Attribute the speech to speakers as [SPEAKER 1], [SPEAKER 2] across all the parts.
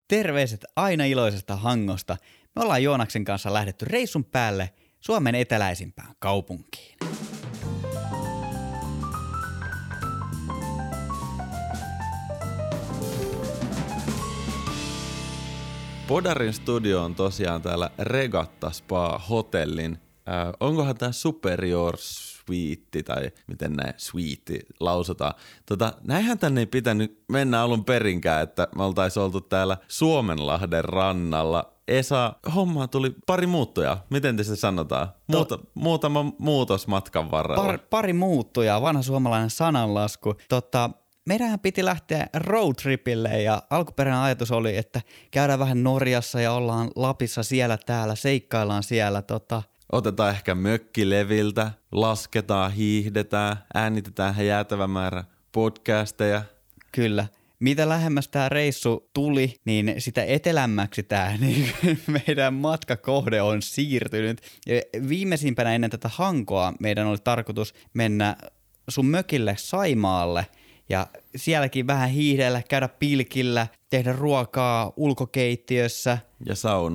[SPEAKER 1] Terveiset aina iloisesta Hangosta. Me ollaan Joonaksen kanssa lähdetty reissun päälle Suomen eteläisimpään kaupunkiin.
[SPEAKER 2] Podarin studio on tosiaan täällä Regatta Spa hotellin. Onkohan tää Superior Suite tai miten näin suite lausutaan. Näinhän tänne ei pitänyt mennä alun perinkään, että me oltaisiin oltu täällä Suomenlahden rannalla. Esa, hommaan tuli pari muuttujaa. Miten te se sanotaan? Muutama muutos matkan varrella.
[SPEAKER 1] Pari muuttujaa, vanha suomalainen sananlasku. Meidänhän piti lähteä roadtripille ja alkuperäinen ajatus oli, että käydään vähän Norjassa ja ollaan Lapissa siellä täällä, seikkaillaan siellä.
[SPEAKER 2] Otetaan ehkä mökkileviltä, lasketaan, hiihdetään, äänitetään jäätävä määrä podcasteja.
[SPEAKER 1] Kyllä. Mitä lähemmäs tämä reissu tuli, niin sitä etelämmäksi tämä niin meidän matkakohde on siirtynyt. Viimeisimpänä ennen tätä Hankoa meidän oli tarkoitus mennä sun mökille Saimaalle ja sielläkin vähän hiihdellä, käydä pilkillä, tehdä ruokaa ulkokeittiössä.
[SPEAKER 2] Ja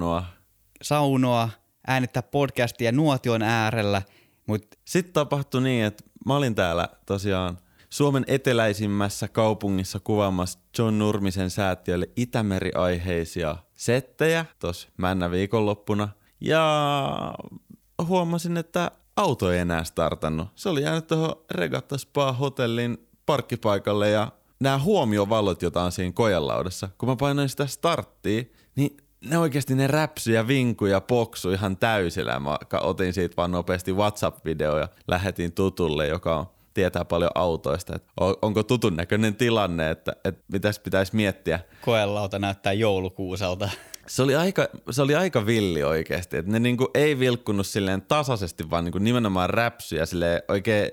[SPEAKER 1] saunoa, äänittää podcastia nuotion äärellä.
[SPEAKER 2] Sitten tapahtui niin, että mä olin täällä tosiaan Suomen eteläisimmässä kaupungissa kuvaamassa John Nurmisen säätiölle Itämeri-aiheisia settejä tuossa männä viikonloppuna. Ja huomasin, että auto ei enää startannut. Se oli jäänyt tuohon Regatta Spa hotellin parkkipaikalle ja nämä huomiovalot, joita on siinä kojanlaudassa, kun mä painoin sitä starttia, niin ne oikeasti ne räpsy ja vinku ja poksu ihan täysillä. Mä otin siitä vaan nopeasti WhatsApp-video ja lähetin tutulle, joka tietää paljon autoista. Että onko tutun näköinen tilanne, että mitäs pitäisi miettiä.
[SPEAKER 1] Koelauta näyttää joulukuuselta.
[SPEAKER 2] Se oli aika villi oikeasti. Että ne niinku ei vilkkunut silleen tasaisesti, vaan niinku nimenomaan räpsy ja silleen oikein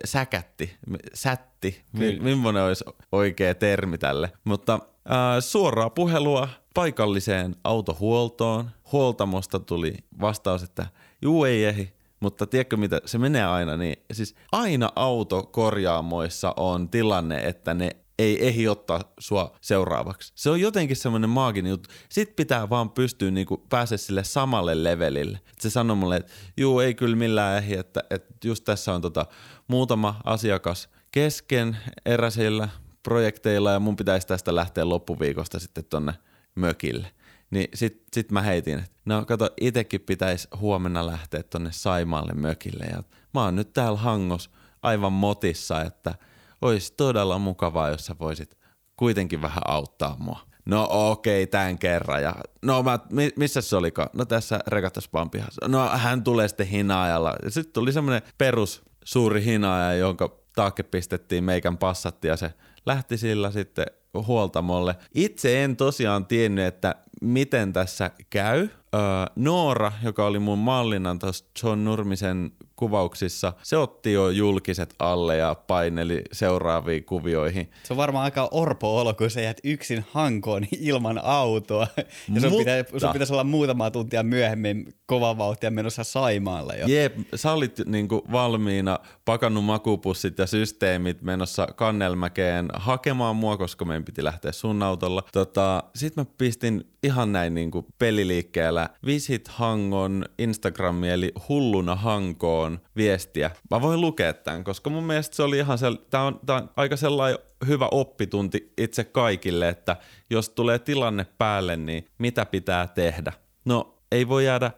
[SPEAKER 2] sätti. Millainen olisi oikea termi tälle. Mutta suoraa puhelua paikalliseen autohuoltoon. Huoltamosta tuli vastaus, että juu ei ehdi. Mutta tiedätkö mitä, se menee aina niin. Siis aina autokorjaamoissa on tilanne, että ne ei ehdi ottaa sua seuraavaksi. Se on jotenkin semmoinen maaginen juttu. Sitten pitää vaan pystyä niinku pääse sille samalle levelille. Et se sanoi mulle, että juu ei kyllä millään ehdi, että just tässä on muutama asiakas kesken eräisillä projekteilla ja mun pitäisi tästä lähteä loppuviikosta sitten tonne mökille. Niin sit mä heitin, että no kato, itekin pitäisi huomenna lähteä tonne Saimaalle mökille. Ja mä oon nyt täällä Hangos aivan motissa, että olisi todella mukavaa, jos sä voisit kuitenkin vähän auttaa mua. No okei, tämän kerran. Ja no missä se olikaan? No tässä Regatta Span pihassa. No hän tulee sitten hinaajalla. Sitten tuli semmoinen perus suuri hinaaja, jonka taakse pistettiin meikän passatti ja se lähti sillä sitten huoltamolle. Itse en tosiaan tiennyt, että miten tässä käy. Noora, joka oli mun mallina tuossa John Nurmisen kuvauksissa, se otti jo julkiset alle ja paineli seuraaviin kuvioihin.
[SPEAKER 1] Se on varmaan aika orpo-olo, kun sä jäät yksin Hankoon ilman autoa. Ja sun pitäisi olla muutamaa tuntia myöhemmin kova vauhtia menossa Saimaalle jo.
[SPEAKER 2] Jep, sä olit niinku valmiina, pakannut makupussit ja systeemit menossa Kannelmäkeen hakemaan mua, koska meidän piti lähteä sun autolla. Sitten mä pistin ihan näin niinku peliliikkeellä Visit Hangon Instagrami eli Hulluna Hankoon viestiä. Mä voin lukea tämän, koska mun mielestä se oli ihan tää on aika sellainen hyvä oppitunti itse kaikille, että jos tulee tilanne päälle, niin mitä pitää tehdä? No, ei voi jäädä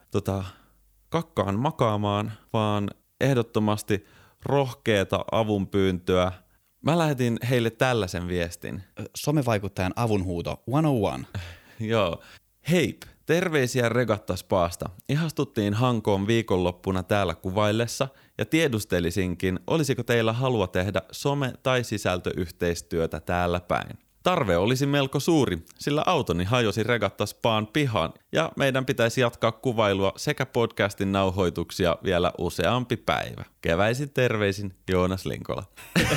[SPEAKER 2] kakkaan makaamaan, vaan ehdottomasti rohkeata avunpyyntöä. Mä lähetin heille tällaisen viestin.
[SPEAKER 1] Somevaikuttajan avunhuuto 101.
[SPEAKER 2] Joo. Heip, terveisiä Regatta Spaasta. Ihastuttiin Hankoon viikonloppuna täällä kuvaillessa ja tiedustelisinkin, olisiko teillä halua tehdä some- tai sisältöyhteistyötä täällä päin. Tarve olisi melko suuri, sillä autoni hajosi Regatta Spaan pihaan ja meidän pitäisi jatkaa kuvailua sekä podcastin nauhoituksia vielä useampi päivä. Keväisin terveisin Joonas Linkola.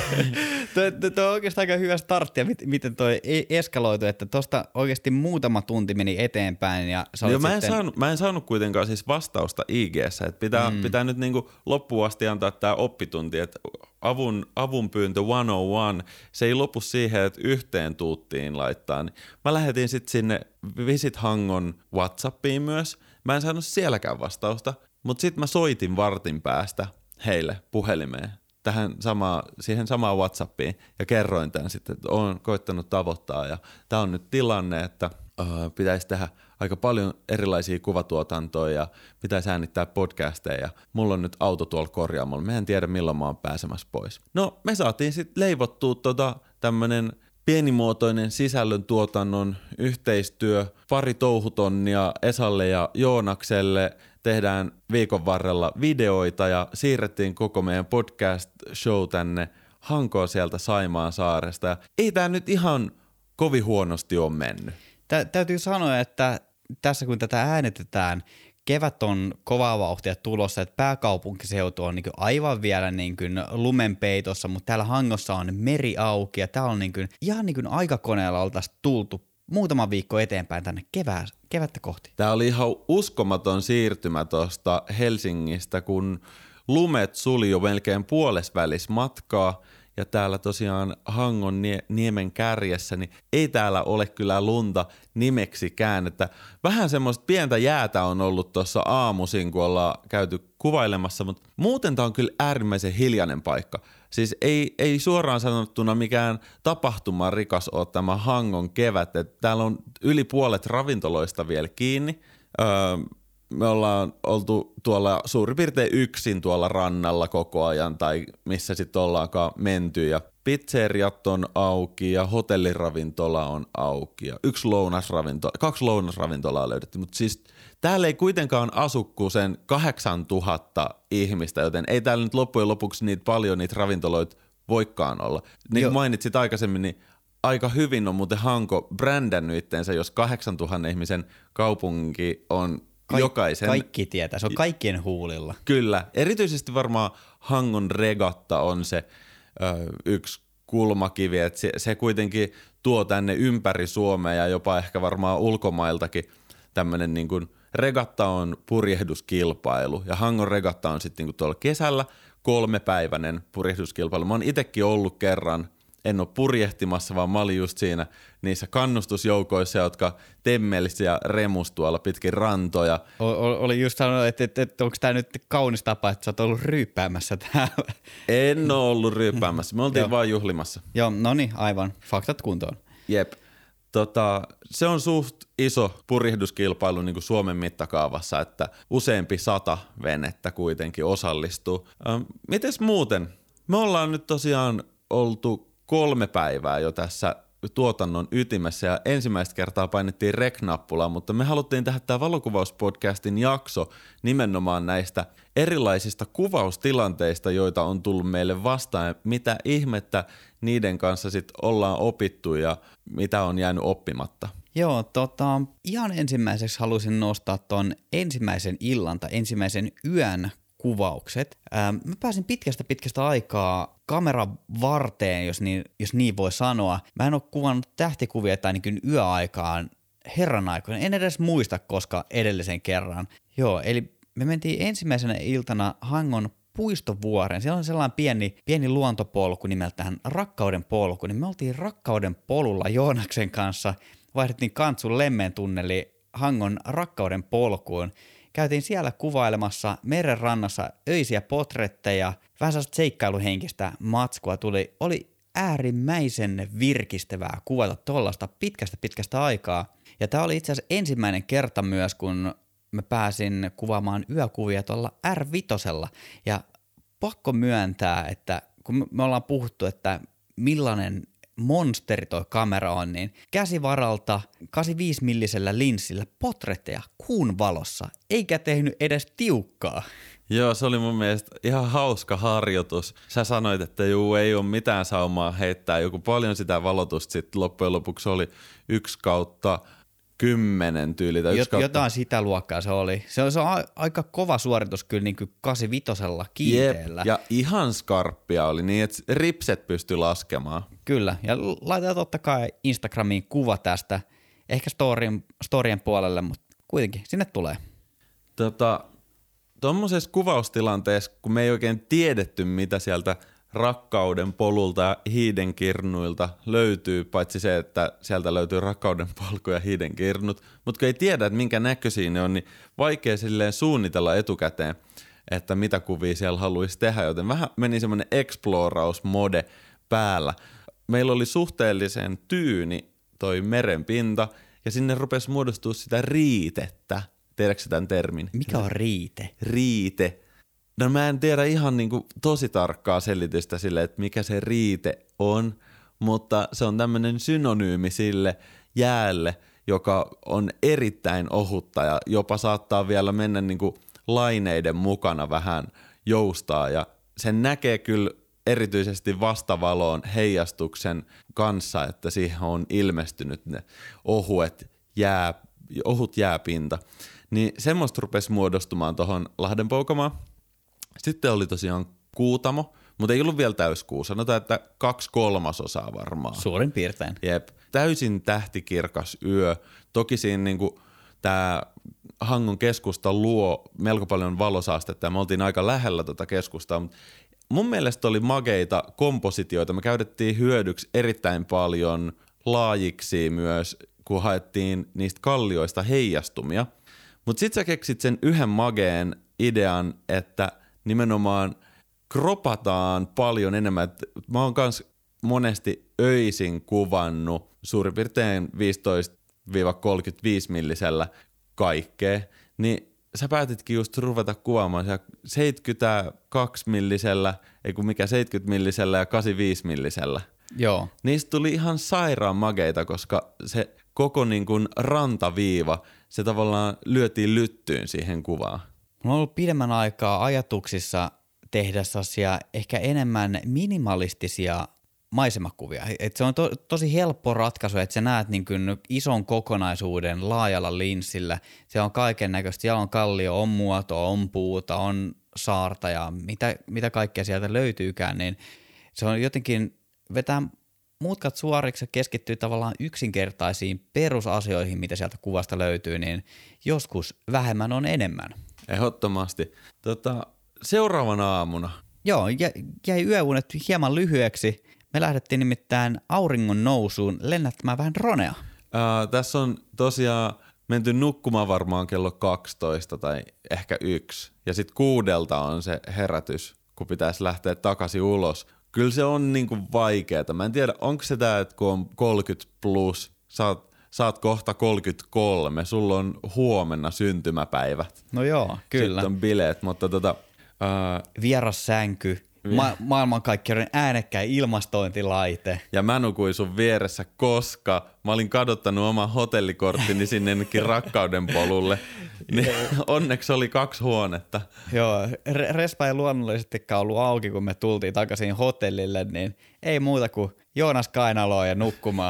[SPEAKER 1] Tuo on oikeastaan aika hyvä startti ja miten toi eskaloitu, että tosta oikeasti muutama tunti meni eteenpäin. Ja
[SPEAKER 2] mä en saanut kuitenkaan siis vastausta IG:ssä, että pitää nyt niinku loppuun asti antaa tää oppitunti, että avunpyyntö 101, se ei lopu siihen, että yhteen tuuttiin laittaa. Niin mä lähetin sitten sinne Visit Hangon WhatsAppiin myös. Mä en saanut sielläkään vastausta, mutta sitten mä soitin vartin päästä heille puhelimeen siihen samaan WhatsAppiin ja kerroin tämän sitten, että oon koittanut tavoittaa ja tää on nyt tilanne, että pitäisi tehdä aika paljon erilaisia kuvatuotantoja ja pitäisi äänittää podcasteja ja mulla on nyt auto tuolla korjaamolla. Mä en tiedä milloin mä oon pääsemässä pois. No me saatiin sitten leivottua tämmönen pienimuotoinen sisällöntuotannon yhteistyö, 2 touhutonnia Esalle ja Joonakselle, tehdään viikon varrella videoita ja siirrettiin koko meidän podcast-show tänne Hankoon sieltä Saimaan saaresta. Ja ei tää nyt ihan kovin huonosti ole mennyt.
[SPEAKER 1] Täytyy sanoa, että tässä kun tätä äänitetään, kevät on kovaa vauhtia tulossa, että pääkaupunkiseutu on niin aivan vielä niin lumenpeitossa, mutta täällä Hangossa on meri auki ja täällä on ihan niin kuin aikakoneella oltaisiin tultu muutama viikko eteenpäin tänne kevättä kohti.
[SPEAKER 2] Tämä oli ihan uskomaton siirtymä tuosta Helsingistä, kun lumet suli jo melkein puolesvälis matkaa. Ja täällä tosiaan Hangon niemen kärjessä, niin ei täällä ole kyllä lunta nimeksikään. Että vähän semmoista pientä jäätä on ollut tuossa aamuisin, kun ollaan käyty kuvailemassa, mutta muuten tää on kyllä äärimmäisen hiljainen paikka. Siis ei suoraan sanottuna mikään tapahtumarikas ole tämä Hangon kevät. Että täällä on yli puolet ravintoloista vielä kiinni. Me ollaan oltu tuolla suurin piirtein yksin tuolla rannalla koko ajan tai missä sitten ollaankaan menty ja pizzeriat on auki ja hotelliravintola on auki ja 2 lounasravintolaa löydetty, mutta siis täällä ei kuitenkaan asu kuin sen 8000 ihmistä, joten ei täällä nyt loppujen lopuksi paljon niitä ravintoloita voikaan olla. Niin kuin mainitsit aikaisemmin, niin aika hyvin on muuten Hanko brändännyt itteensä, jos 8000 ihmisen kaupunki on jokaisen.
[SPEAKER 1] Kaikki tietää, se on kaikkien huulilla.
[SPEAKER 2] Kyllä, erityisesti varmaan Hangon regatta on se yksi kulmakivi, että se kuitenkin tuo tänne ympäri Suomea ja jopa ehkä varmaan ulkomailtakin tämmöinen niin kuin regatta on purjehduskilpailu ja Hangon regatta on sitten niin kuin tuolla kesällä 3-päiväinen purjehduskilpailu. Mä oon itsekin ollut kerran. En ole purjehtimassa, vaan mä olin just siinä niissä kannustusjoukoissa, jotka temmelisi ja remus tuolla pitkin rantoja.
[SPEAKER 1] Oli just sanonut, että onko tämä nyt kaunis tapa, että sä oot ollut ryyppäämässä täällä.
[SPEAKER 2] En ole ollut ryyppäämässä, me oltiin vaan juhlimassa.
[SPEAKER 1] Joo, no niin, aivan. Faktat kuntoon.
[SPEAKER 2] Jep. Se on suht iso purjehduskilpailu niin kuin Suomen mittakaavassa, että useampi 100 venettä kuitenkin osallistuu. Mites muuten? Me ollaan nyt tosiaan oltu 3 päivää jo tässä tuotannon ytimessä ja ensimmäistä kertaa painettiin rek-nappulaa, mutta me haluttiin tehdä tämä valokuvauspodcastin jakso nimenomaan näistä erilaisista kuvaustilanteista, joita on tullut meille vastaan, mitä ihmettä niiden kanssa sitten ollaan opittu ja mitä on jäänyt oppimatta.
[SPEAKER 1] Joo, ihan ensimmäiseksi halusin nostaa ton ensimmäisen illan tai ensimmäisen yön kuvaukset. Mä pääsin pitkästä aikaa kameran varteen, jos niin voi sanoa. Mä en ole kuvannut tähtikuvia tai niin yöaikaan herran aikoina. En edes muista, koska edellisen kerran. Joo, eli me mentiin ensimmäisenä iltana Hangon puistovuoreen. Siellä on sellainen pieni luontopolku nimeltään Rakkauden polku. Niin me oltiin Rakkauden polulla Joonaksen kanssa. Vaihdettiin Kantsun Lemmen tunneli Hangon Rakkauden polkuun. Käytiin siellä kuvailemassa merenrannassa öisiä potretteja, vähän sellaista seikkailuhenkistä matskua oli äärimmäisen virkistävää kuvata tuollaista pitkästä aikaa. Ja tämä oli itse asiassa ensimmäinen kerta myös, kun mä pääsin kuvaamaan yökuvia tuolla R5. Ja pakko myöntää, että kun me ollaan puhuttu, että millainen monsteri toi kamera on, niin käsivaralta 85-millisellä linssillä potretteja kuun valossa, eikä tehnyt edes tiukkaa.
[SPEAKER 2] Joo, se oli mun mielestä ihan hauska harjoitus. Sä sanoit, että ei ole mitään saumaa heittää. Joku paljon sitä valotusta sitten loppujen lopuksi oli 1/10 tyyli.
[SPEAKER 1] Jotain sitä luokkaa se oli. Se on aika kova suoritus kyllä niin kuin 85 kiinteellä.
[SPEAKER 2] Jep, ja ihan skarppia oli niin, että ripset pystyi laskemaan.
[SPEAKER 1] Kyllä, ja laitetaan totta kai Instagramiin kuva tästä, ehkä storien puolelle, mutta kuitenkin sinne tulee.
[SPEAKER 2] Tuommoisessa kuvaustilanteessa, kun me ei oikein tiedetty, mitä sieltä rakkauden polulta ja hiidenkirnuilta löytyy, paitsi se, että sieltä löytyy rakkauden polku ja hiidenkirnut, mutta kun ei tiedä, että minkä näköisiä ne on, niin vaikea silleen suunnitella etukäteen, että mitä kuvia siellä haluaisi tehdä, joten vähän meni semmoinen explorausmode päällä. Meillä oli suhteellisen tyyni toi merenpinta ja sinne rupesi muodostua sitä riitettä. Tiedätkö tämän termin?
[SPEAKER 1] Mikä on riite?
[SPEAKER 2] Riite. No mä en tiedä ihan niinku tosi tarkkaa selitystä sille, että mikä se riite on, mutta se on tämmöinen synonyymi sille jäälle, joka on erittäin ohutta ja jopa saattaa vielä mennä niinku laineiden mukana vähän joustaa ja sen näkee kyllä erityisesti vastavaloon heijastuksen kanssa, että siihen on ilmestynyt ne ohut jääpinta. Niin semmoista rupesi muodostumaan tuohon Lahdenpoukamaan. Sitten oli tosiaan Kuutamo, mutta ei ollut vielä täyskuu. Sanotaan, että 2/3 varmaan.
[SPEAKER 1] Suurin piirtein.
[SPEAKER 2] Jep. Täysin tähtikirkas yö. Toki siinä niinku tämä Hangon keskusta luo melko paljon valosaastetta ja me oltiin aika lähellä tuota keskustaa, mutta mun mielestä oli mageita kompositioita. Me käytettiin hyödyksi erittäin paljon laajiksi myös, kun haettiin niistä kallioista heijastumia. Mutta sit sä keksit sen yhden mageen idean, että nimenomaan kropataan paljon enemmän. Mä oon kans monesti öisin kuvannut suurin piirtein 15-35 millisellä kaikkea, niin sä päätitkin just ruveta kuvaamaan 72 millisellä, ei kun mikä 70 millisellä ja 85 millisellä.
[SPEAKER 1] Joo.
[SPEAKER 2] Niistä tuli ihan sairaan mageita, koska se koko niin kuin rantaviiva, se tavallaan lyötiin lyttyyn siihen kuvaan.
[SPEAKER 1] Mulla on ollut pidemmän aikaa ajatuksissa tehdä sellaisia ehkä enemmän minimalistisia maisemakuvia. Et se on tosi helppo ratkaisu, että sä näet niin kuin ison kokonaisuuden laajalla linssillä. Se on kaiken näköistä. Siellä on kallio, on muotoa, on puuta, on saarta ja mitä kaikkea sieltä löytyykään. Niin se on jotenkin vetää mutkat suoriksi ja keskittyy tavallaan yksinkertaisiin perusasioihin, mitä sieltä kuvasta löytyy, niin joskus vähemmän on enemmän.
[SPEAKER 2] Ehdottomasti. Seuraavana aamuna.
[SPEAKER 1] Joo, jäi yöunet hieman lyhyeksi. Me lähdettiin nimittäin auringon nousuun lennättämään vähän dronea.
[SPEAKER 2] Tässä on tosiaan menty nukkumaan varmaan kello 12 tai ehkä 1. Ja sitten 6 on se herätys, kun pitäisi lähteä takaisin ulos. Kyllä se on niinku vaikeeta. Mä en tiedä, onko se tää, että kun on 30 plus, saat kohta 33, sulla on huomenna syntymäpäivät.
[SPEAKER 1] No joo, kyllä.
[SPEAKER 2] Sitten on bileet, mutta
[SPEAKER 1] vieras sänky, maailmankaikkeuden äänekkäin ilmastointilaite.
[SPEAKER 2] Ja mä nukuin sun vieressä, koska mä olin kadottanut oman hotellikorttini sinne ennenkin rakkauden polulle. Niin onneksi oli 2 huonetta.
[SPEAKER 1] Joo, respa ei luonnollisestikaan ollut auki, kun me tultiin takaisin hotellille, niin ei muuta kuin Joonas kainaloon ja nukkumaan.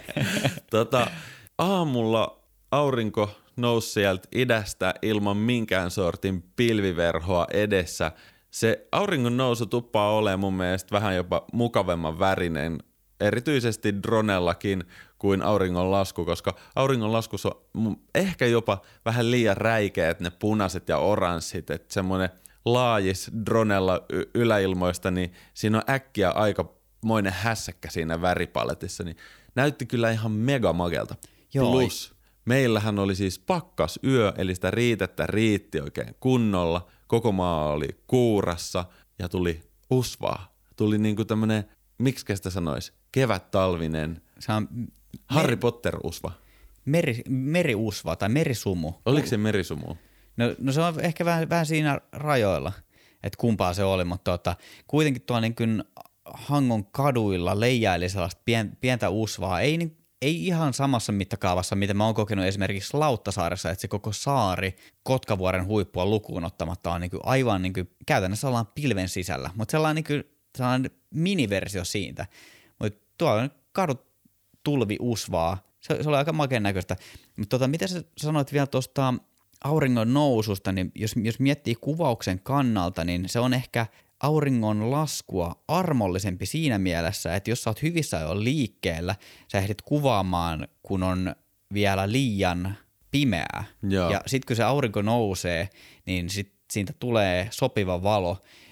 [SPEAKER 2] Aamulla aurinko nousi sieltä idästä ilman minkään sortin pilviverhoa edessä. Se auringon nousu tuppaa olemaan mun mielestä vähän jopa mukavemman värinen, erityisesti dronellakin kuin auringon lasku, koska auringon laskussa on ehkä jopa vähän liian räikeät ne punaiset ja oranssit, että semmoinen laajis dronella yläilmoista, niin siinä on äkkiä aikamoinen hässäkkä siinä väripaletissa, niin näytti kyllä ihan mega magelta.
[SPEAKER 1] Joo.
[SPEAKER 2] Plus meillähän oli siis pakkasyö, eli sitä riitettä riitti oikein kunnolla. Koko maa oli kuurassa ja tuli usvaa. Tuli niinku tämmönen, miksikä sitä sanois, kevättalvinen
[SPEAKER 1] Se on
[SPEAKER 2] Harry Potter-usva.
[SPEAKER 1] meriusva tai merisumu.
[SPEAKER 2] Oliko se merisumu?
[SPEAKER 1] No se on ehkä vähän siinä rajoilla, että kumpaa se oli, mutta kuitenkin tuolla niin kuin Hangon kaduilla leijaili sellaista pientä usvaa. Ei ihan samassa mittakaavassa, mitä mä oon kokenut esimerkiksi Lauttasaaressa, että se koko saari Kotkavuoren huippua lukuun ottamatta on niin kuin aivan niin kuin, käytännössä ollaan pilven sisällä, mutta sellainen miniversio siitä. Mutta tuolla on kadut tulviusvaa, se oli aika makeen näköistä. Mutta mitä sä sanoit vielä tuosta auringon noususta, niin jos miettii kuvauksen kannalta, niin se on ehkä auringon laskua armollisempi siinä mielessä, että jos sä oot hyvissä ajoin liikkeellä, sä ehdit kuvaamaan, kun on vielä liian pimeää. Joo. Ja sit kun se aurinko nousee, niin siitä tulee sopiva valo. Mutta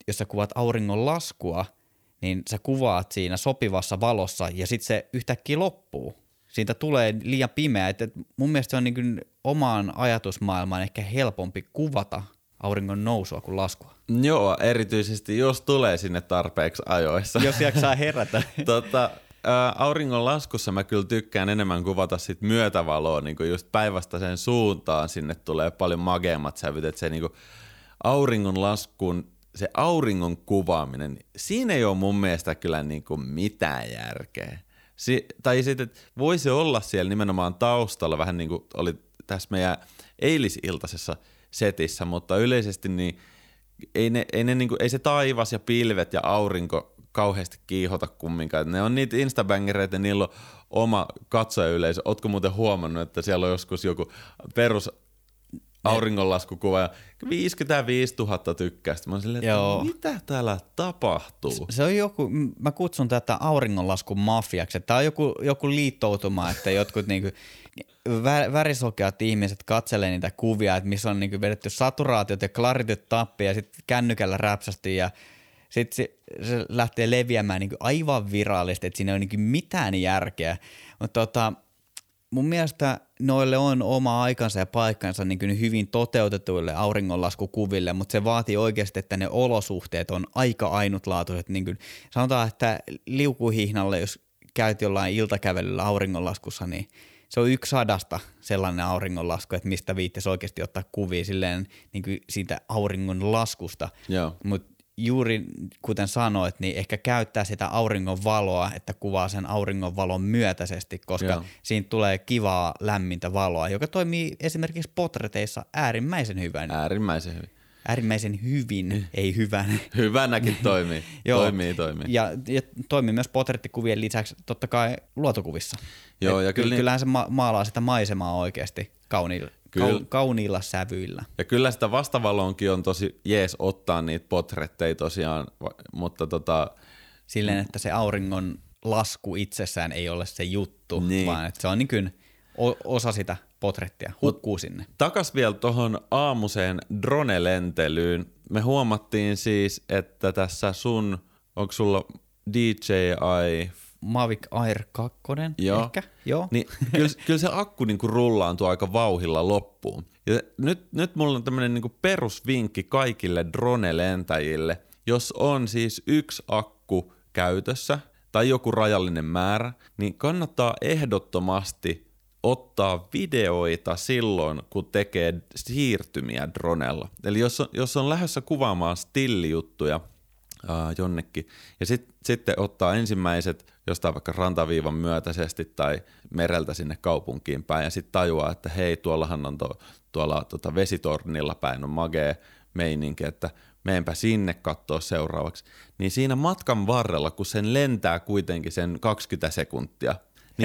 [SPEAKER 1] jos sä kuvaat auringon laskua, niin sä kuvaat siinä sopivassa valossa ja sitten se yhtäkkiä loppuu. Siitä tulee liian pimeä. Että mun mielestä se on niin kuin omaan ajatusmaailmaan ehkä helpompi kuvata auringon nousua kuin laskua.
[SPEAKER 2] Joo, erityisesti jos tulee sinne tarpeeksi ajoissa.
[SPEAKER 1] Jos jaksaa herätä.
[SPEAKER 2] Auringon laskussa mä kyllä tykkään enemmän kuvata sit myötävaloa, niin kuin just päinvastaiseen suuntaan sinne tulee paljon mageammat sävyt, että se niin kuin auringon laskun, se auringon kuvaaminen, siinä ei ole mun mielestä kyllä niin kuin mitään järkeä. Tai sitten, että voi se olla siellä nimenomaan taustalla, vähän niin kuin oli tässä meidän eilisiltaisessa setissä, mutta yleisesti niin ei se taivas ja pilvet ja aurinko kauheasti kiihota kumminkaan. Ne on niitä instabängereitä, niillä on oma katsojayleisö. Ootko muuten huomannut, että siellä on joskus joku perus auringonlaskukuva ja 55 000 tykkästä. Mä oon silleen, että mitä täällä tapahtuu?
[SPEAKER 1] Se on joku, mä kutsun tätä auringonlaskun mafiaksi. Tää on joku liittoutuma, että jotkut niinku värisokeat ihmiset katselee niitä kuvia, että missä on niinku vedetty saturaatiot ja klarityt tappia ja sitten kännykällä räpsästi ja sitten se lähtee leviämään niinku aivan virallisesti, että siinä ei ole niinku mitään järkeä. Mutta mun mielestä noille on oma aikansa ja paikkansa niin kuin hyvin toteutetuille auringonlaskukuville, mutta se vaatii oikeasti, että ne olosuhteet on aika ainutlaatuiset. Niin kuin sanotaan, että liukuhihnalle, jos käyt jollain iltakävelyllä auringonlaskussa, niin se on 1/100 sellainen auringonlasku, että mistä viittisi oikeasti ottaa kuvia silleen niin kuin siitä auringonlaskusta. Mutta juuri kuten sanoit, niin ehkä käyttää sitä auringon valoa, että kuvaa sen auringon valon myötäisesti, koska siinä tulee kivaa lämmintä valoa, joka toimii esimerkiksi portreteissa äärimmäisen hyvin. Äärimmäisen hyvin, ei hyvän.
[SPEAKER 2] Hyvänäkin toimii. toimii.
[SPEAKER 1] Ja toimii myös portrettikuvien lisäksi totta kai luotokuvissa.
[SPEAKER 2] Joo, ja
[SPEAKER 1] kyllähän se maalaa sitä maisemaa oikeasti kauniilla sävyillä.
[SPEAKER 2] Ja kyllä sitä vastavaloonkin on tosi jees ottaa niitä portretteja tosiaan, mutta
[SPEAKER 1] silleen, että se auringon lasku itsessään ei ole se juttu, vaan että se on niin kuin osa sitä portrettia, hukkuu sinne.
[SPEAKER 2] Takas vielä tuohon aamuseen drone-lentelyyn. Me huomattiin siis, että tässä onko sulla DJI
[SPEAKER 1] Mavic Air 2 ehkä? Joo.
[SPEAKER 2] Niin, kyllä se akku niinku rullaantuu aika vauhilla loppuun. Ja nyt mulla on tämmönen niinku perusvinkki kaikille drone-lentäjille. Jos on siis yksi akku käytössä tai joku rajallinen määrä, niin kannattaa ehdottomasti ottaa videoita silloin, kun tekee siirtymiä dronella. Eli jos on lähdössä kuvaamaan stillijuttuja jonnekin ja sitten ottaa ensimmäiset jostain vaikka rantaviivan myötäisesti tai mereltä sinne kaupunkiin päin ja sitten tajuaa, että hei, tuollahan on tuolla vesitornilla päin on magee meininki, että meenpä sinne kattoo seuraavaksi. Niin siinä matkan varrella, kun sen lentää kuitenkin sen 20 sekuntia. Niin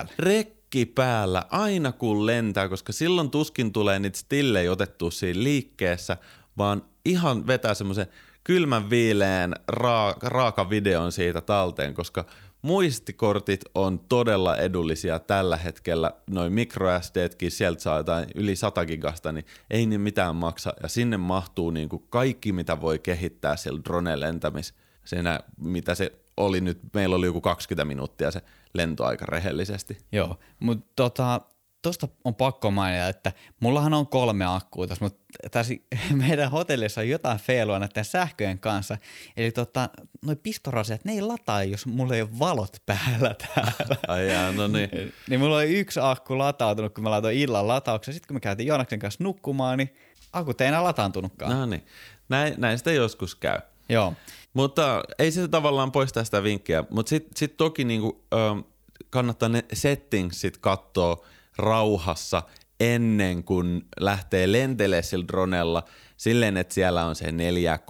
[SPEAKER 2] rekki päällä aina kun lentää, koska silloin tuskin tulee niitä stillejä otettua siinä liikkeessä, vaan ihan vetää semmoisen kylmän viileän raaka videon siitä talteen, koska muistikortit on todella edullisia tällä hetkellä. Noin microSDtkin, sieltä saa jotain yli 100 gigasta, niin ei niin mitään maksa. Ja sinne mahtuu niin kuin kaikki, mitä voi kehittää siellä drone-lentämis. Siinä, mitä se oli nyt, meillä oli joku 20 minuuttia se lentoaika rehellisesti.
[SPEAKER 1] Joo, mutta tosta on pakko mainita, että mullahan on 3 akkua tässä, mutta tässä meidän hotellissa on jotain feilua näiden sähköjen kanssa. Eli noi pistorasiat, ne ei lataa, jos mulla ei ole valot päällä täällä.
[SPEAKER 2] Ai jaa, no niin.
[SPEAKER 1] Niin mulla oli 1 akku latautunut, kun mä laitoin illan latauksen. Sitten kun me käytiin Joonaksen kanssa nukkumaan, niin akut ei enää lataantunutkaan.
[SPEAKER 2] No niin, näin sitä joskus käy.
[SPEAKER 1] Joo.
[SPEAKER 2] Mutta ei se tavallaan poista sitä vinkkiä, mutta sit toki niinku, kannattaa ne settingsit katsoa rauhassa ennen kuin lähtee lentelemään sillä dronella silleen, että siellä on se 4K,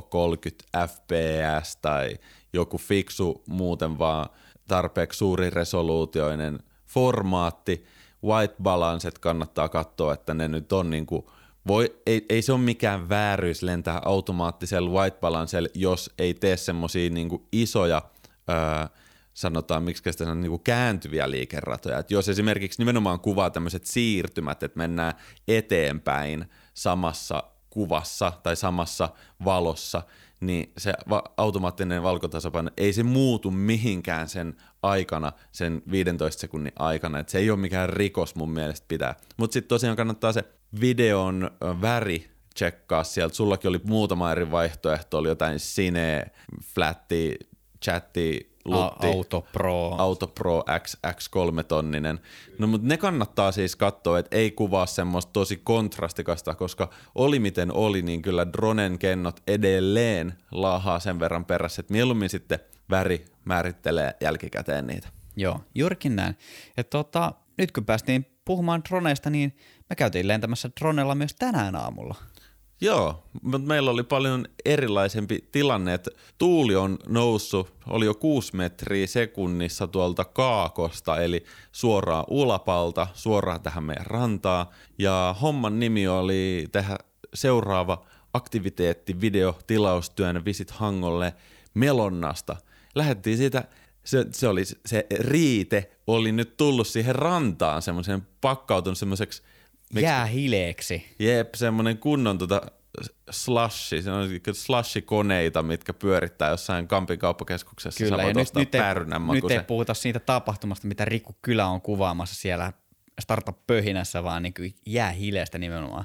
[SPEAKER 2] 30 fps tai joku fiksu muuten vaan tarpeeksi suuri resoluutioinen formaatti. White balancet kannattaa katsoa, että ne nyt on niinku, ei se ole mikään vääryys lentää automaattisella white balancella, jos ei tee semmosia niinku isoja sanotaan, miksi sitä on niinku kääntyviä liikeratoja. Et jos esimerkiksi nimenomaan kuvaa tämmöiset siirtymät, että mennään eteenpäin samassa kuvassa tai samassa valossa, niin se automaattinen valkotasapaino, ei se muutu mihinkään sen aikana, sen 15 sekunnin aikana, että se ei ole mikään rikos mun mielestä pitää. Mutta sitten tosiaan kannattaa se videon väri tsekkaa sieltä. Sullakin oli muutama eri vaihtoehto, oli jotain Cine, Flatti, Chatti, Lutti, Auto Pro X3 tonninen. No mutta ne kannattaa siis katsoa, että ei kuvaa semmoista tosi kontrastikasta, koska oli miten oli, niin kyllä dronen kennot edelleen laahaa sen verran perässä, että mieluummin sitten väri määrittelee jälkikäteen niitä.
[SPEAKER 1] Joo, juurikin näin. Ja nyt kun päästiin puhumaan droneista, niin me käytiin lentämässä dronella myös tänään aamulla.
[SPEAKER 2] Joo, mutta meillä oli paljon erilaisempi tilanne, että tuuli on noussut, oli jo 6 metriä sekunnissa tuolta Kaakosta, eli suoraan Ulapalta, suoraan tähän meidän rantaan. Ja homman nimi oli tehdä seuraava aktiviteetti videotilaustyönä Visit Hangolle Melonnasta. Lähdettiin siitä, se riite oli nyt tullut siihen rantaan, semmoisen pakkautunut semmoiseksi
[SPEAKER 1] jäähileeksi.
[SPEAKER 2] Jep, semmoinen kunnon slushi, se on slushikoneita, mitkä pyörittää jossain Kampin kauppakeskuksessa.
[SPEAKER 1] Kyllä, ja nyt ei puhuta siitä tapahtumasta, mitä Riku Kylä on kuvaamassa siellä Startup-pöhinässä, vaan niin kuin jäähileestä nimenomaan.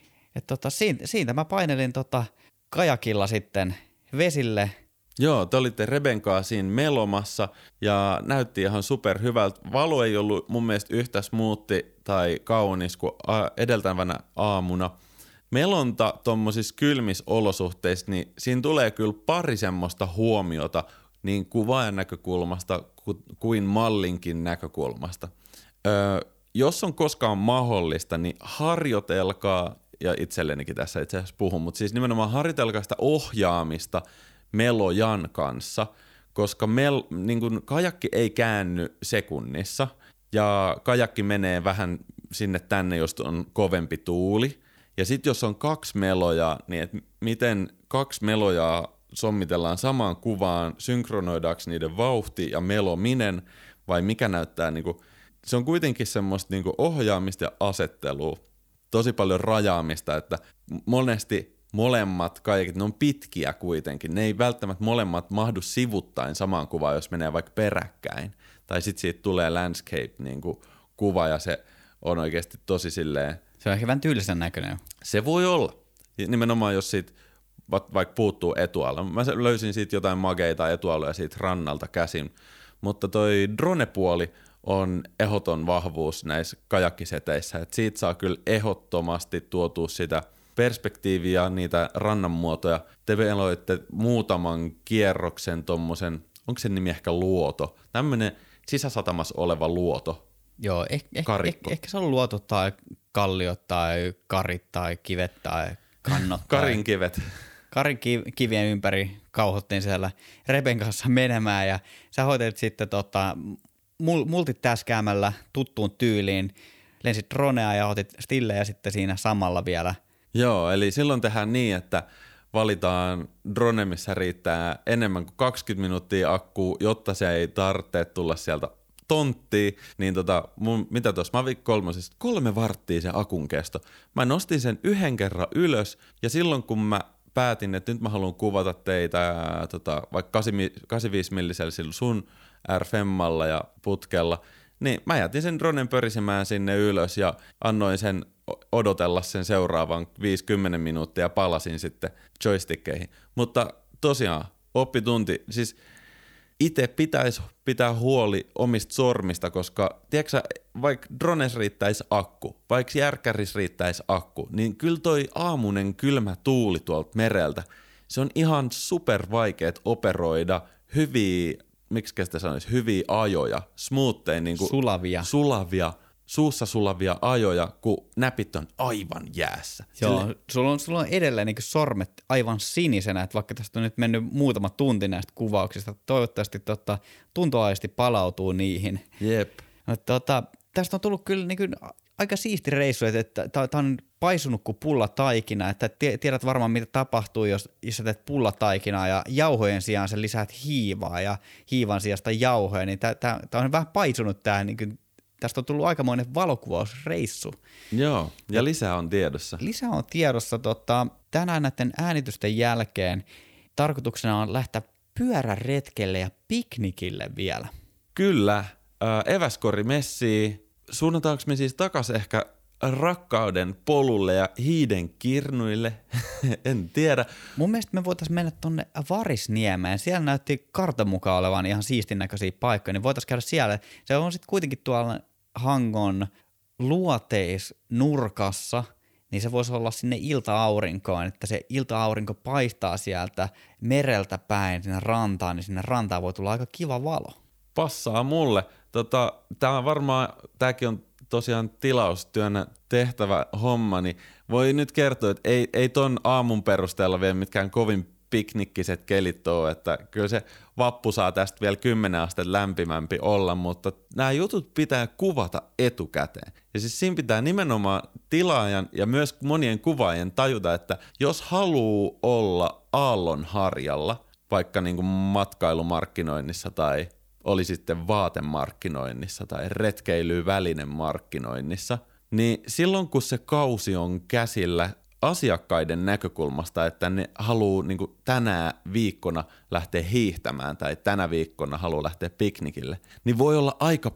[SPEAKER 1] Siitä mä painelin kajakilla sitten vesille.
[SPEAKER 2] Joo, te olitte Rebenkaa siinä melomassa ja näytti ihan superhyvältä. Valo ei ollut mun mielestä yhtä smoothi tai kaunis kuin edeltävänä aamuna. Melonta tommosissa kylmissä olosuhteissa, niin siinä tulee kyllä pari semmoista huomiota niin kuvaajan näkökulmasta kuin mallinkin näkökulmasta. Jos on koskaan mahdollista, niin harjoitelkaa, ja itsellenikin tässä itse asiassa puhun, mutta siis nimenomaan harjoitelkaa sitä ohjaamista melojan kanssa, koska niin kun kajakki ei käänny sekunnissa ja kajakki menee vähän sinne tänne, jos on kovempi tuuli. Ja sitten jos on 2 melojaa, niin miten 2 melojaa sommitellaan samaan kuvaan, synkronoidaanko niiden vauhti ja melominen vai mikä näyttää, se on kuitenkin semmoista ohjaamista ja asettelua, tosi paljon rajaamista, että monesti molemmat kaiket, ne on pitkiä kuitenkin. Ne ei välttämättä molemmat mahdu sivuttain samaan kuvaan, jos menee vaikka peräkkäin. Tai sitten siitä tulee landscape-kuva ja se on oikeasti tosi silleen.
[SPEAKER 1] Se on ehkä vähän tyylisen näköinen.
[SPEAKER 2] Se voi olla. Nimenomaan jos siitä vaikka puuttuu etuala. Mä löysin siitä jotain mageita etualoja siitä rannalta käsin. Mutta toi drone-puoli on ehdoton vahvuus näissä kajakkiseteissä. Et siitä saa kyllä ehdottomasti tuotua sitä perspektiiviä, niitä rannanmuotoja. Te veloitte muutaman kierroksen tommosen, onko se nimi ehkä luoto? Tämmönen sisäsatamassa oleva luoto.
[SPEAKER 1] Joo, ehkä se on luoto tai kalliot tai karit tai kivet tai kannot.
[SPEAKER 2] Karinkivet.
[SPEAKER 1] Kivien ympäri kauhottiin siellä Reben kanssa menemään ja sä hoitelit sitten multitaskäämällä tuttuun tyyliin, lensit dronea ja otit stillejä sitten siinä samalla vielä.
[SPEAKER 2] Joo, eli silloin tehdään niin, että valitaan drone, missä riittää enemmän kuin 20 minuuttia akkuu, jotta se ei tarvitse tulla sieltä tonttiin. Niin mitä tuossa Mavic 3, 3 varttia se akun kesto. Mä nostin sen 1 kerran ylös ja silloin kun mä päätin, että nyt mä haluan kuvata teitä vaikka 85 millisellä sun R-femmalla ja putkella, niin mä jätin sen dronen pörisemään sinne ylös ja annoin sen odotella sen seuraavan 50 minuuttia ja palasin sitten joystickeihin. Mutta tosiaan oppitunti, siis itse pitäisi pitää huoli omista sormista, koska tiedätkö, vaikka drones riittäisi akku, vaikka järkkäris riittäisi akku, niin kyllä toi aamunen kylmä tuuli tuolta mereltä, se on ihan super vaikeet operoida hyviä, miksi sitä sanoisi, hyviä ajoja, smoothia, sulavia, suussa sulavia ajoja, kun näpit on aivan jäässä.
[SPEAKER 1] Joo, sulla on edelleen niin sormet aivan sinisenä, että vaikka tästä on nyt mennyt muutama tunti näistä kuvauksista, toivottavasti tuntoaisti palautuu niihin.
[SPEAKER 2] Jep.
[SPEAKER 1] No, tästä on tullut kyllä niin kuin aika siisti reissu, että tämä on paisunut kuin pullataikina, että tiedät varmaan mitä tapahtuu, jos sä teet pullataikinaa ja jauhojen sijaan sä lisäät hiivaa ja hiivan sijasta jauhoja, niin tämä on vähän paisunut tämä niin kuin tästä on tullut aikamoinen valokuvausreissu.
[SPEAKER 2] Joo, ja lisää on tiedossa.
[SPEAKER 1] Lisää on tiedossa. Tänään näiden äänitysten jälkeen tarkoituksena on lähteä pyöräretkelle ja piknikille vielä.
[SPEAKER 2] Kyllä, eväskori messii. Suunnataanko me siis takaisin ehkä rakkauden polulle ja hiiden kirnuille? En tiedä.
[SPEAKER 1] Mun mielestä me voitaisiin mennä tonne Varisniemeen. Siellä näytti kartan mukaan olevan ihan siistin näköisiä paikkoja, niin voitaisiin käydä siellä. Se on sitten kuitenkin tuolla Hangon luoteisnurkassa, niin se voisi olla sinne ilta-aurinkoon, että se ilta-aurinko paistaa sieltä mereltä päin sinne rantaan, niin sinne rantaan voi tulla aika kiva valo.
[SPEAKER 2] Passaa mulle. Tämäkin on tosiaan tilaustyönä tehtävä homma, niin voi nyt kertoa, että ei ton aamun perusteella vielä mitkään kovin piknikkiset kelit ole, että kyllä se vappu saa tästä vielä 10 astetta lämpimämpi olla, mutta nämä jutut pitää kuvata etukäteen. Ja siis siinä pitää nimenomaan tilaajan ja myös monien kuvaajien tajuta, että jos haluaa olla aallonharjalla, vaikka niin kuin matkailumarkkinoinnissa tai oli sitten vaatemarkkinoinnissa tai retkeilyvälinemarkkinoinnissa, niin silloin kun se kausi on käsillä asiakkaiden näkökulmasta, että ne haluaa niin kuin tänä viikkona lähteä hiihtämään tai tänä viikkona haluaa lähteä piknikille, niin voi olla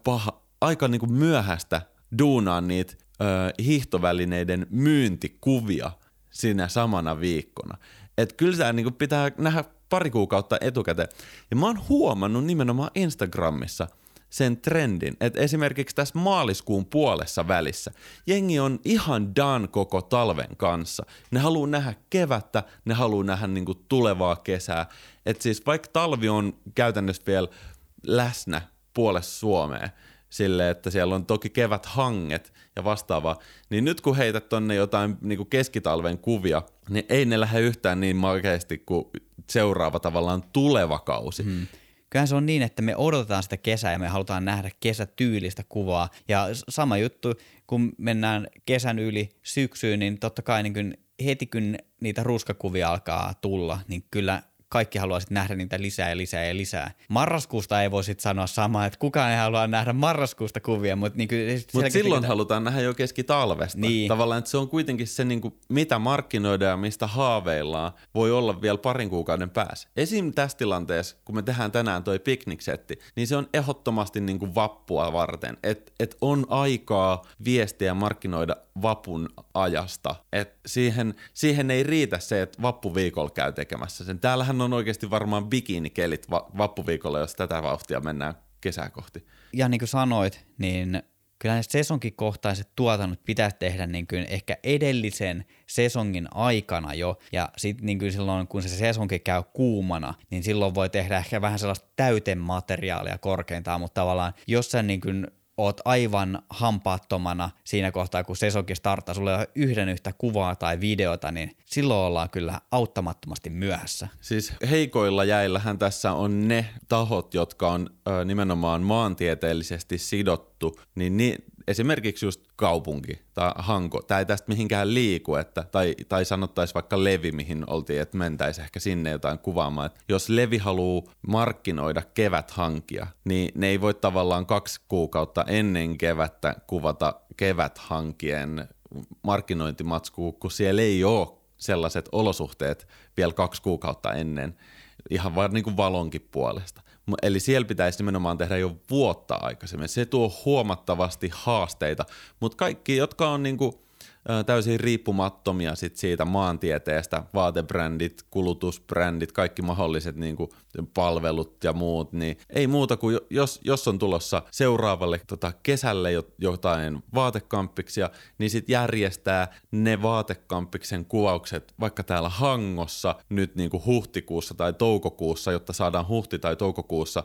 [SPEAKER 2] aika niin kuin myöhäistä duunaa niitä hiihtovälineiden myyntikuvia siinä samana viikkona. Että kyllä tämä niin kuin pitää nähdä pari kuukautta etukäteen. Ja mä oon huomannut nimenomaan Instagramissa sen trendin, että esimerkiksi tässä maaliskuun puolessa välissä jengi on ihan done koko talven kanssa. Ne haluaa nähdä kevättä, ne haluaa nähdä niinku tulevaa kesää. Että siis vaikka talvi on käytännössä vielä läsnä puolessa Suomea, silleen, että siellä on toki keväthanget ja vastaavaa, niin nyt kun heität tonne jotain niinku keskitalven kuvia, niin ei ne lähde yhtään niin makeasti kuin seuraava tavallaan tuleva kausi.
[SPEAKER 1] Kyllähän se on niin, että me odotetaan sitä kesää ja me halutaan nähdä kesätyylistä kuvaa. Ja sama juttu, kun mennään kesän yli syksyyn, niin totta kai niin kun heti kun niitä ruuskakuvia alkaa tulla, niin kyllä kaikki haluaa sitten nähdä niitä lisää ja lisää ja lisää. Marraskuusta ei voi sitten sanoa samaa, että kukaan ei halua nähdä marraskuusta kuvia, mutta niin
[SPEAKER 2] silloin halutaan nähdä jo keskitalvesta. Niin. Tavallaan, että se on kuitenkin se, niin kuin, mitä markkinoidaan ja mistä haaveillaan, voi olla vielä parin kuukauden päässä. Esim. Tässä tilanteessa, kun me tehdään tänään toi pikniksetti, niin se on ehdottomasti niin kuin vappua varten. Et on aikaa viestiä ja markkinoida vapun ajasta. Et siihen ei riitä se, että vappuviikolla käy tekemässä sen. Täällähän on oikeasti varmaan bikinikelit vappuviikolla, jos tätä vauhtia mennään kesää kohti.
[SPEAKER 1] Ja niin kuin sanoit, niin kyllä ne sesonkikohtaiset tuotannot pitäisi tehdä niin kuin ehkä edellisen sesongin aikana jo, ja sitten niin kuin silloin, kun se sesonki käy kuumana, niin silloin voi tehdä ehkä vähän sellaista täytemateriaalia korkeintaan, mutta tavallaan jos sä niin kuin oot aivan hampaattomana siinä kohtaa, kun sesonki starttaa, sulla ei ole yhden yhtä kuvaa tai videota, niin silloin ollaan kyllä auttamattomasti myöhässä.
[SPEAKER 2] Siis heikoilla jäillähän tässä on ne tahot, jotka on nimenomaan maantieteellisesti sidottu, niin esimerkiksi just kaupunki tai Hanko, tämä ei tästä mihinkään liiku, tai sanottaisiin vaikka Levi, mihin oltiin, että mentäisiin ehkä sinne jotain kuvaamaan. Että jos Levi haluaa markkinoida keväthankia, niin ne ei voi tavallaan 2 kuukautta ennen kevättä kuvata keväthankien markkinointimatskua, kun siellä ei ole sellaiset olosuhteet vielä 2 kuukautta ennen, ihan vaan niin kuin valonkin puolesta. Eli siellä pitäisi nimenomaan tehdä jo vuotta aikaisemmin. Se tuo huomattavasti haasteita, mutta kaikki, jotka on niinku täysin riippumattomia siitä maantieteestä, vaatebrändit, kulutusbrändit, kaikki mahdolliset niinku palvelut ja muut, niin ei muuta kuin jos on tulossa seuraavalle kesälle jotain vaatekamppiksia, niin sitten järjestää ne vaatekамppiksen kuvaukset vaikka täällä Hangossa nyt niinku huhtikuussa tai toukokuussa, jotta saadaan huhti- tai toukokuussa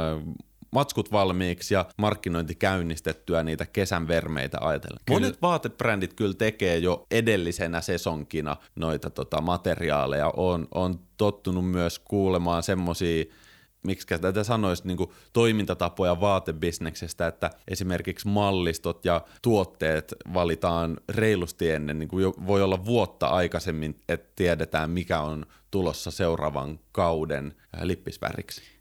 [SPEAKER 2] matskut valmiiksi ja markkinointi käynnistettyä niitä kesän vermeitä ajatellen. Kyllä. Monet vaatebrändit kyllä tekee jo edellisenä sesonkina noita materiaaleja. On tottunut myös kuulemaan semmosia, miksi tätä sanoisi, niin kuin toimintatapoja vaatebisneksestä, että esimerkiksi mallistot ja tuotteet valitaan reilusti ennen, niin kuin voi olla vuotta aikaisemmin, että tiedetään mikä on tulossa seuraavan kauden lippisväriksi.
[SPEAKER 1] No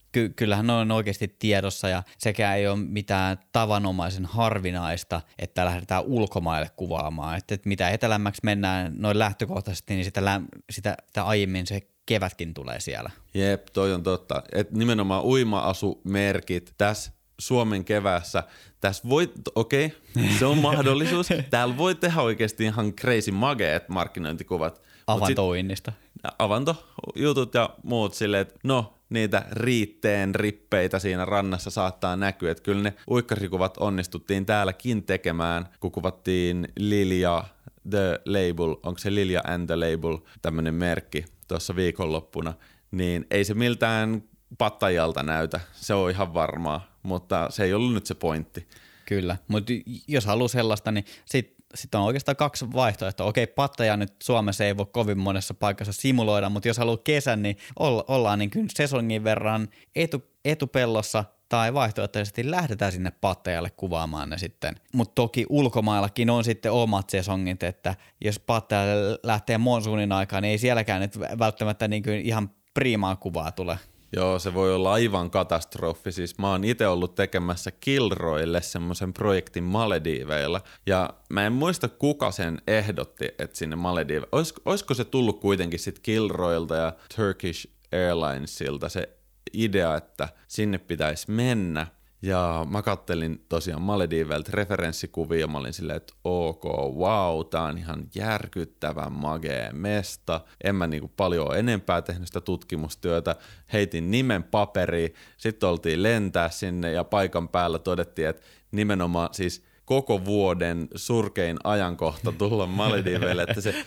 [SPEAKER 1] Kyllähän ne on oikeasti tiedossa ja sekä ei ole mitään tavanomaisen harvinaista, että lähdetään ulkomaille kuvaamaan. Että mitä etelämmäksi mennään noin lähtökohtaisesti, niin sitä aiemmin se kevätkin tulee siellä.
[SPEAKER 2] Jep, toi on totta. Et nimenomaan uima-asumerkit tässä Suomen keväässä, tässä voi, se on mahdollisuus. Täällä voi tehdä oikeasti ihan crazy mageet markkinointikuvat.
[SPEAKER 1] Avantouinnista.
[SPEAKER 2] Avantojutut ja muut silleen, että niitä riitteen rippeitä siinä rannassa saattaa näkyä. Että kyllä ne uikkarikuvat onnistuttiin täälläkin tekemään, kun kuvattiin Lilja The Label, onko se Lilja and the Label, tämmönen merkki tuossa viikonloppuna, niin ei se miltään Pattajalta näytä, se on ihan varmaa, mutta se ei ollut nyt se pointti.
[SPEAKER 1] Kyllä, mutta jos haluaa sellaista, niin sitten on oikeastaan 2 vaihtoehtoa. Okei, Pattaja nyt Suomessa ei voi kovin monessa paikassa simuloida, mutta jos haluaa kesän, niin ollaan niin kyllä sesongin verran etupellossa tai vaihtoehtoisesti lähdetään sinne Pattajalle kuvaamaan ne sitten. Mutta toki ulkomaillakin on sitten omat sesongit, että jos Pattajalle lähtee monsuunin aikaan, niin ei sielläkään nyt välttämättä niin kuin ihan priimaa kuvaa tule.
[SPEAKER 2] Joo, se voi olla aivan katastrofi. Siis mä oon itse ollut tekemässä Kilroylle semmoisen projektin Malediiveilla, ja mä en muista kuka sen ehdotti, että sinne Malediiveille. Olisiko se tullut kuitenkin sit Kilroylta ja Turkish Airlinesilta se idea, että sinne pitäisi mennä. Ja mä kattelin tosiaan Malediiveiltä referenssikuvia ja mä olin silleen, että tää on ihan järkyttävän magee mesta. En mä niinku paljon enempää tehnyt sitä tutkimustyötä. Heitin nimen paperiin, sitten oltiin lentää sinne ja paikan päällä todettiin, että nimenomaan siis koko vuoden surkein ajankohta tulla Malediiveille, että se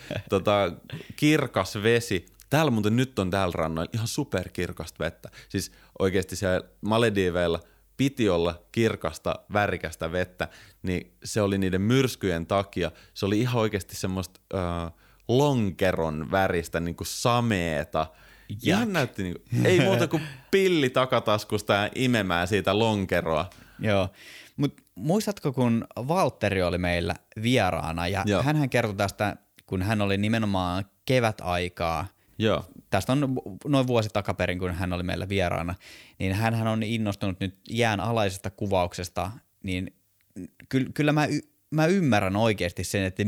[SPEAKER 2] kirkas vesi. Täällä muuten nyt on täällä rannoilla ihan superkirkasta vettä. Siis oikeasti siellä Malediiveilla piti olla kirkasta, värikästä vettä, niin se oli niiden myrskyjen takia. Se oli ihan oikeasti semmoista lonkeron väristä, niin kuin sameeta. Ihan näytti niin kuin, ei muuta kuin pilli takataskusta ja imemään siitä lonkeroa.
[SPEAKER 1] Joo, mutta muistatko, kun Valtteri oli meillä vieraana ja hänhän kertoi tästä, kun hän oli nimenomaan kevätaikaa.
[SPEAKER 2] Joo.
[SPEAKER 1] Tästä on noin vuosi takaperin, kun hän oli meillä vieraana, niin hänhän on innostunut nyt jään alaisesta kuvauksesta, niin kyllä mä ymmärrän oikeasti sen, että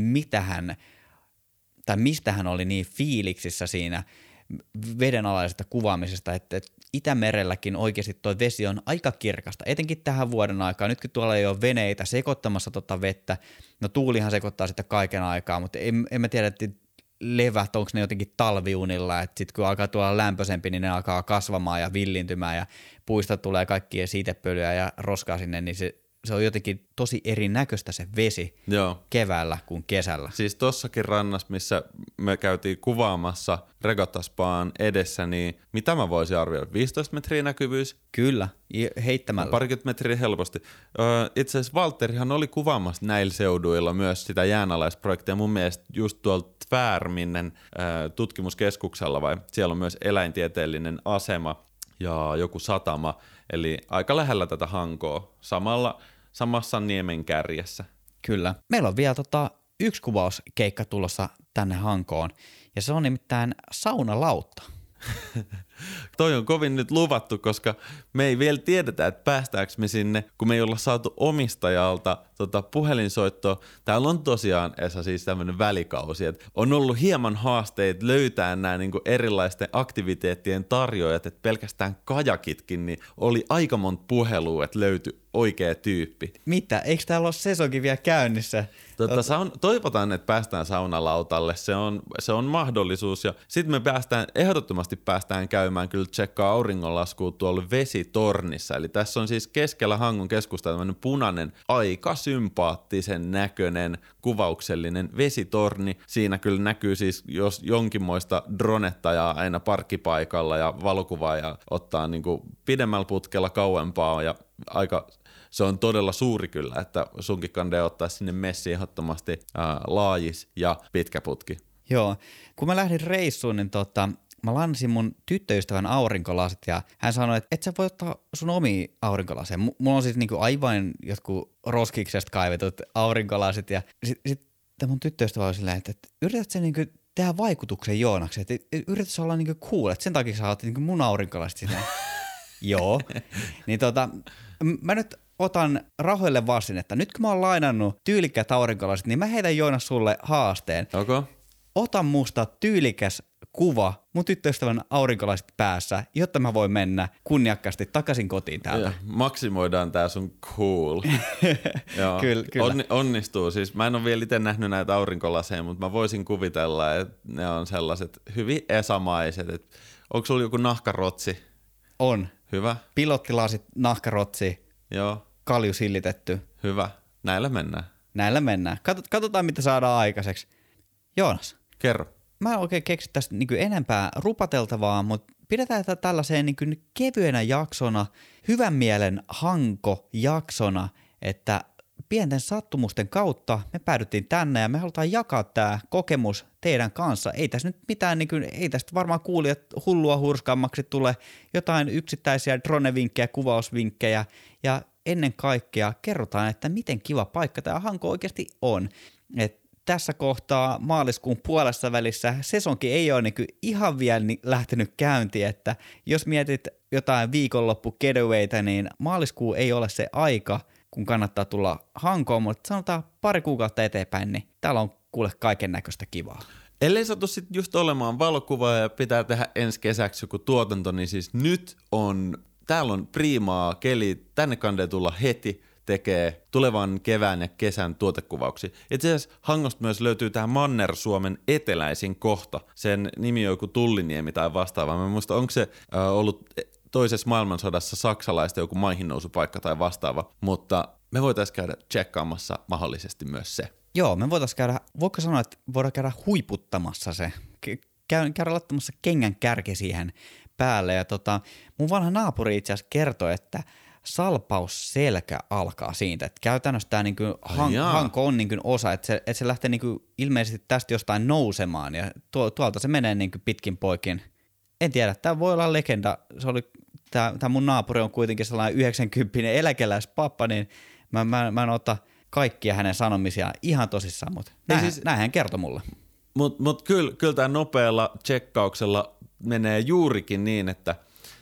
[SPEAKER 1] mistä hän oli niin fiiliksissä siinä vedenalaisesta kuvaamisesta, että Itämerelläkin oikeasti tuo vesi on aika kirkasta, etenkin tähän vuoden aikaan. Nyt kun tuolla ei ole veneitä sekoittamassa vettä, no tuulihan sekoittaa sitä kaiken aikaa, mutta en mä tiedä, että levät, onko ne jotenkin talviunilla, että sitten kun alkaa tulla lämpöisempi, niin ne alkaa kasvamaan ja villintymään ja puista tulee kaikkia siitepölyä ja roskaa sinne, niin se on jotenkin tosi erinäköistä se vesi keväällä kuin kesällä.
[SPEAKER 2] Siis tossakin rannassa, missä me käytiin kuvaamassa regattaspaan edessä, niin mitä mä voisin arvioida? 15 metriä näkyvyys?
[SPEAKER 1] Kyllä, heittämällä.
[SPEAKER 2] Parikymmentä metriä helposti. Itse asiassa Valtterihan oli kuvaamassa näillä seuduilla myös sitä jäänalaisprojektia. Mun mielestä just tuolla Tvärminnen tutkimuskeskuksella, vai siellä on myös eläintieteellinen asema ja joku satama, eli aika lähellä tätä Hankoa, samassa niemen kärjessä.
[SPEAKER 1] Kyllä. Meillä on vielä yksi kuvauskeikka tulossa tänne Hankoon, ja se on nimittäin saunalautta.
[SPEAKER 2] Toi on kovin nyt luvattu, koska me ei vielä tiedetä, että päästäänkö me sinne, kun me ei olla saatu omistajalta puhelinsoittoa. Täällä on tosiaan, Esa, siis tämmöinen välikausi, että on ollut hieman haasteita löytää nämä niinku erilaisten aktiviteettien tarjoajat, että pelkästään kajakitkin, niin oli aika monta puhelua, että löytyi oikea tyyppi.
[SPEAKER 1] Mitä? Eikö täällä ole sesonkin vielä käynnissä?
[SPEAKER 2] Toivotaan, että päästään saunalautalle. Se on mahdollisuus. Ja sitten me ehdottomasti päästään käymään kyllä tsekkaa auringonlaskua tuolla vesitornissa. Eli tässä on siis keskellä Hangon keskusta tämmöinen punainen, aika sympaattisen näköinen kuvauksellinen vesitorni. Siinä kyllä näkyy siis jos jonkinmoista dronettajaa aina parkkipaikalla ja valokuvaaja ottaa niinku pidemmällä putkella kauempaa ja se on todella suuri kyllä, että sunkin kannattaa ottaa sinne messiin ehdottomasti laajis ja pitkä putki.
[SPEAKER 1] Joo, kun mä lähdin reissuun, niin mä lansin mun tyttöystävän aurinkolasit ja hän sanoi, että et sä voi ottaa sun omia aurinkolaseja. Mulla on siis niinku aivan jotkut roskiksesta kaivetut aurinkolasit ja sitten mun tyttöystävä oli silleen, että yrität sä niinku tehdä vaikutuksen Joonaksi, että yrität sä olla niinku cool, että sen takia sä oot niinku mun aurinkolasit sinne. Joo. Niin mä nyt otan rahoille vastinetta. Nyt kun mä oon lainannut tyylikkäät aurinkolasit, niin mä heitän Joonas sulle haasteen.
[SPEAKER 2] Okay.
[SPEAKER 1] Ota musta tyylikäs kuva mun tyttöystävän aurinkolaiset päässä, jotta mä voin mennä kunniakkaasti takaisin kotiin täältä.
[SPEAKER 2] Ja, maksimoidaan tää sun cool. Joo.
[SPEAKER 1] Kyllä.
[SPEAKER 2] Onnistuu. Siis mä en ole vielä itse nähnyt näitä aurinkolaseja, mutta mä voisin kuvitella, että ne on sellaiset hyvin esamaiset. Onko sulla joku nahkarotsi?
[SPEAKER 1] On.
[SPEAKER 2] Hyvä.
[SPEAKER 1] Pilottilasit, nahkarotsi,
[SPEAKER 2] Joo.
[SPEAKER 1] kalju sillitetty.
[SPEAKER 2] Hyvä. Näillä mennään.
[SPEAKER 1] Katsotaan, mitä saadaan aikaiseksi. Joonas.
[SPEAKER 2] Kerro.
[SPEAKER 1] Mä en oikein keksi tästä enempää rupateltavaa, mutta pidetään tätä tällaiseen kevyenä jaksona, hyvän mielen hanko-jaksona, että pienten sattumusten kautta me päädyttiin tänne ja me halutaan jakaa tämä kokemus teidän kanssa. Ei tässä nyt mitään, ei tästä varmaan kuulijat hullua hurskaammaksi tule jotain yksittäisiä drone-vinkkejä, kuvausvinkkejä ja ennen kaikkea kerrotaan, että miten kiva paikka tämä Hanko oikeasti on. Tässä kohtaa maaliskuun puolessa välissä sesonki ei ole ihan vielä lähtenyt käyntiin, että jos mietit jotain viikonloppu getawayta, niin maaliskuu ei ole se aika, kun kannattaa tulla Hankoon, mutta sanotaan pari kuukautta eteenpäin, niin täällä on kuule kaiken näköistä kivaa.
[SPEAKER 2] Ellei satu sitten just olemaan valokuvaa ja pitää tehdä ensi kesäksi joku tuotanto, niin siis nyt täällä on priimaa keli, tänne kandee tulla heti, tekee tulevan kevään ja kesän tuotekuvauksia. Itse asiassa Hangosta myös löytyy tämä Manner-Suomen eteläisin kohta. Sen nimi on joku Tulliniemi tai vastaava. Mä muistan, onko se ollut toisessa maailmansodassa saksalaista joku maihinnousupaikka tai vastaava, mutta me voitaisiin käydä tsekkaamassa mahdollisesti myös se.
[SPEAKER 1] Joo, me voitaisiin käydä, voiko sanoa, että voidaan käydä huiputtamassa se, käydä laittamassa kengän kärki siihen päälle. Ja mun vanha naapuri itse asiassa kertoi, että salpausselkä alkaa siitä, että käytännössä tämä Hanko on osa, että se lähtee ilmeisesti tästä jostain nousemaan ja tuolta se menee pitkin poikin. En tiedä, tämä voi olla legenda. Tämä mun naapuri on kuitenkin sellainen 90 eläkeläispappa, niin mä en ota kaikkia hänen sanomisiaan ihan tosissaan, mutta näin hän kertoi mulle.
[SPEAKER 2] Mutta kyllä tämä nopealla tsekkauksella menee juurikin niin, että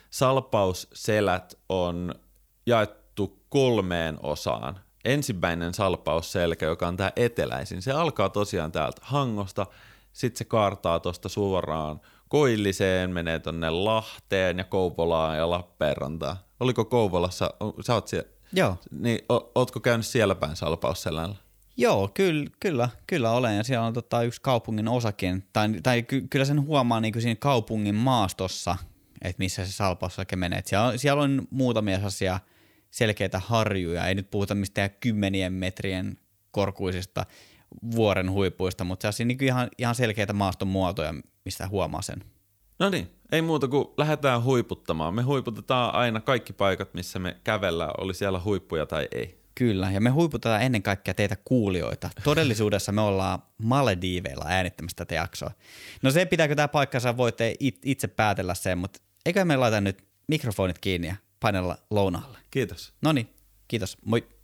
[SPEAKER 2] salpausselät on jaettu 3 osaan. Ensimmäinen salpausselkä, joka on tämä eteläisin, se alkaa tosiaan täältä Hangosta, sitten se kaartaa tuosta suoraan Koilliseen, menee tonne Lahteen ja Kouvolaan ja Lappeenrantaan. Oliko Kouvolassa, sä oot siellä?
[SPEAKER 1] Joo.
[SPEAKER 2] Niin, ootko käynyt siellä päin salpausselällä?
[SPEAKER 1] Joo, kyllä olen ja siellä on yksi kaupungin osakin, tai kyllä sen huomaa siinä kaupungin maastossa, että missä se salpausselkä menee. Et siellä on muutamia sellaisia selkeitä harjuja, ei nyt puhuta mistään 10 metrien korkuisista vuoren huipuista, mutta sellaisia ihan selkeitä maaston muotoja, mistä huomaa sen.
[SPEAKER 2] No niin, ei muuta kuin lähdetään huiputtamaan. Me huiputetaan aina kaikki paikat, missä me kävellään, oli siellä huippuja tai ei.
[SPEAKER 1] Kyllä, ja me huiputetaan ennen kaikkea teitä kuulijoita. Todellisuudessa me ollaan Malediiveilla äänittämässä tätä jaksoa. No se, pitääkö tämä paikkansa, voitte itse päätellä sen, mutta eiköhän me laita nyt mikrofonit kiinni ja painella lounaalle.
[SPEAKER 2] Kiitos.
[SPEAKER 1] Noniin, kiitos, moi.